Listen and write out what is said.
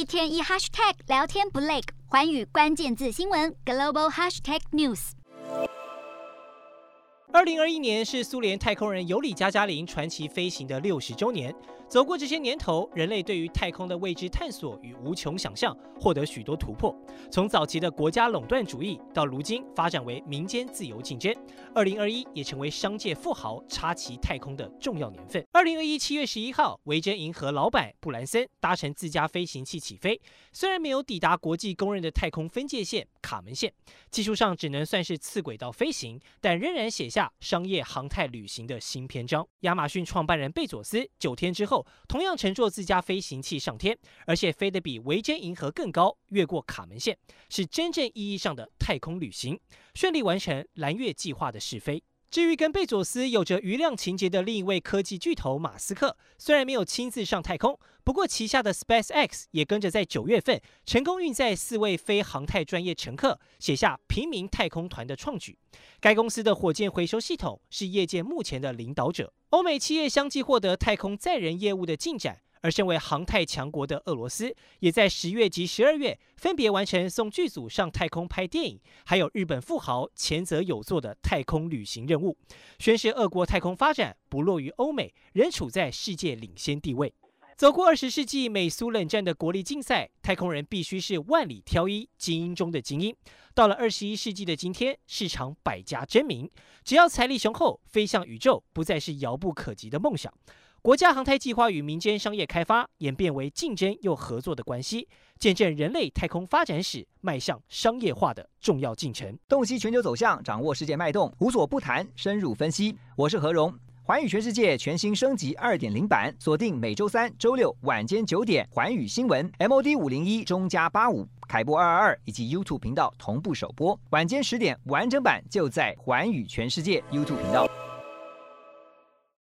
天一 hashtag 聊天不累，寰宇关键字新闻 global hashtag news。 2021年是苏联太空人尤里加加林传奇飞行的60周年。走过这些年头，人类对于太空的未知探索与无穷想象，获得许多突破。从早期的国家垄断主义，到如今发展为民间自由竞争，2021也成为商界富豪插旗太空的重要年份。2021 7月11号，维珍银河老板布兰森搭乘自家飞行器起飞，虽然没有抵达国际公认的太空分界线卡门线，技术上只能算是次轨道飞行，但仍然写下商业航太旅行的新篇章。亚马逊创办人贝佐斯9天之后，同样乘坐自家飞行器上天，而且飞得比维珍银河更高，越过卡门线，是真正意义上的太空旅行，顺利完成蓝月计划的试飞。至于跟贝佐斯有着余量情节的另一位科技巨头马斯克，虽然没有亲自上太空，不过旗下的 SpaceX 也跟着在9月份成功运载4位非航太专业乘客，写下平民太空团的创举。该公司的火箭回收系统是业界目前的领导者。欧美企业相继获得太空载人业务的进展，而身为航太强国的俄罗斯，也在10月及12月分别完成送剧组上太空拍电影，还有日本富豪前泽友作的太空旅行任务，宣示俄国太空发展不落于欧美，仍处在世界领先地位。走过20世纪美苏冷战的国力竞赛，太空人必须是万里挑一，精英中的精英。到了21世纪的今天，市场百家争鸣，只要财力雄厚，飞向宇宙不再是遥不可及的梦想。国家航太计划与民间商业开发演变为竞争又合作的关系，见证人类太空发展史迈向商业化的重要进程。 洞悉全球走向，掌握世界脉动，无所不谈，深入分析。我是何荣。寰宇全世界全新升级2.0版，锁定每周3、周6晚间9点，寰宇新闻 MOD 501中加85，凯播222以及 YouTube 频道同步首播。晚间10点完整版就在寰宇全世界 YouTube 频道。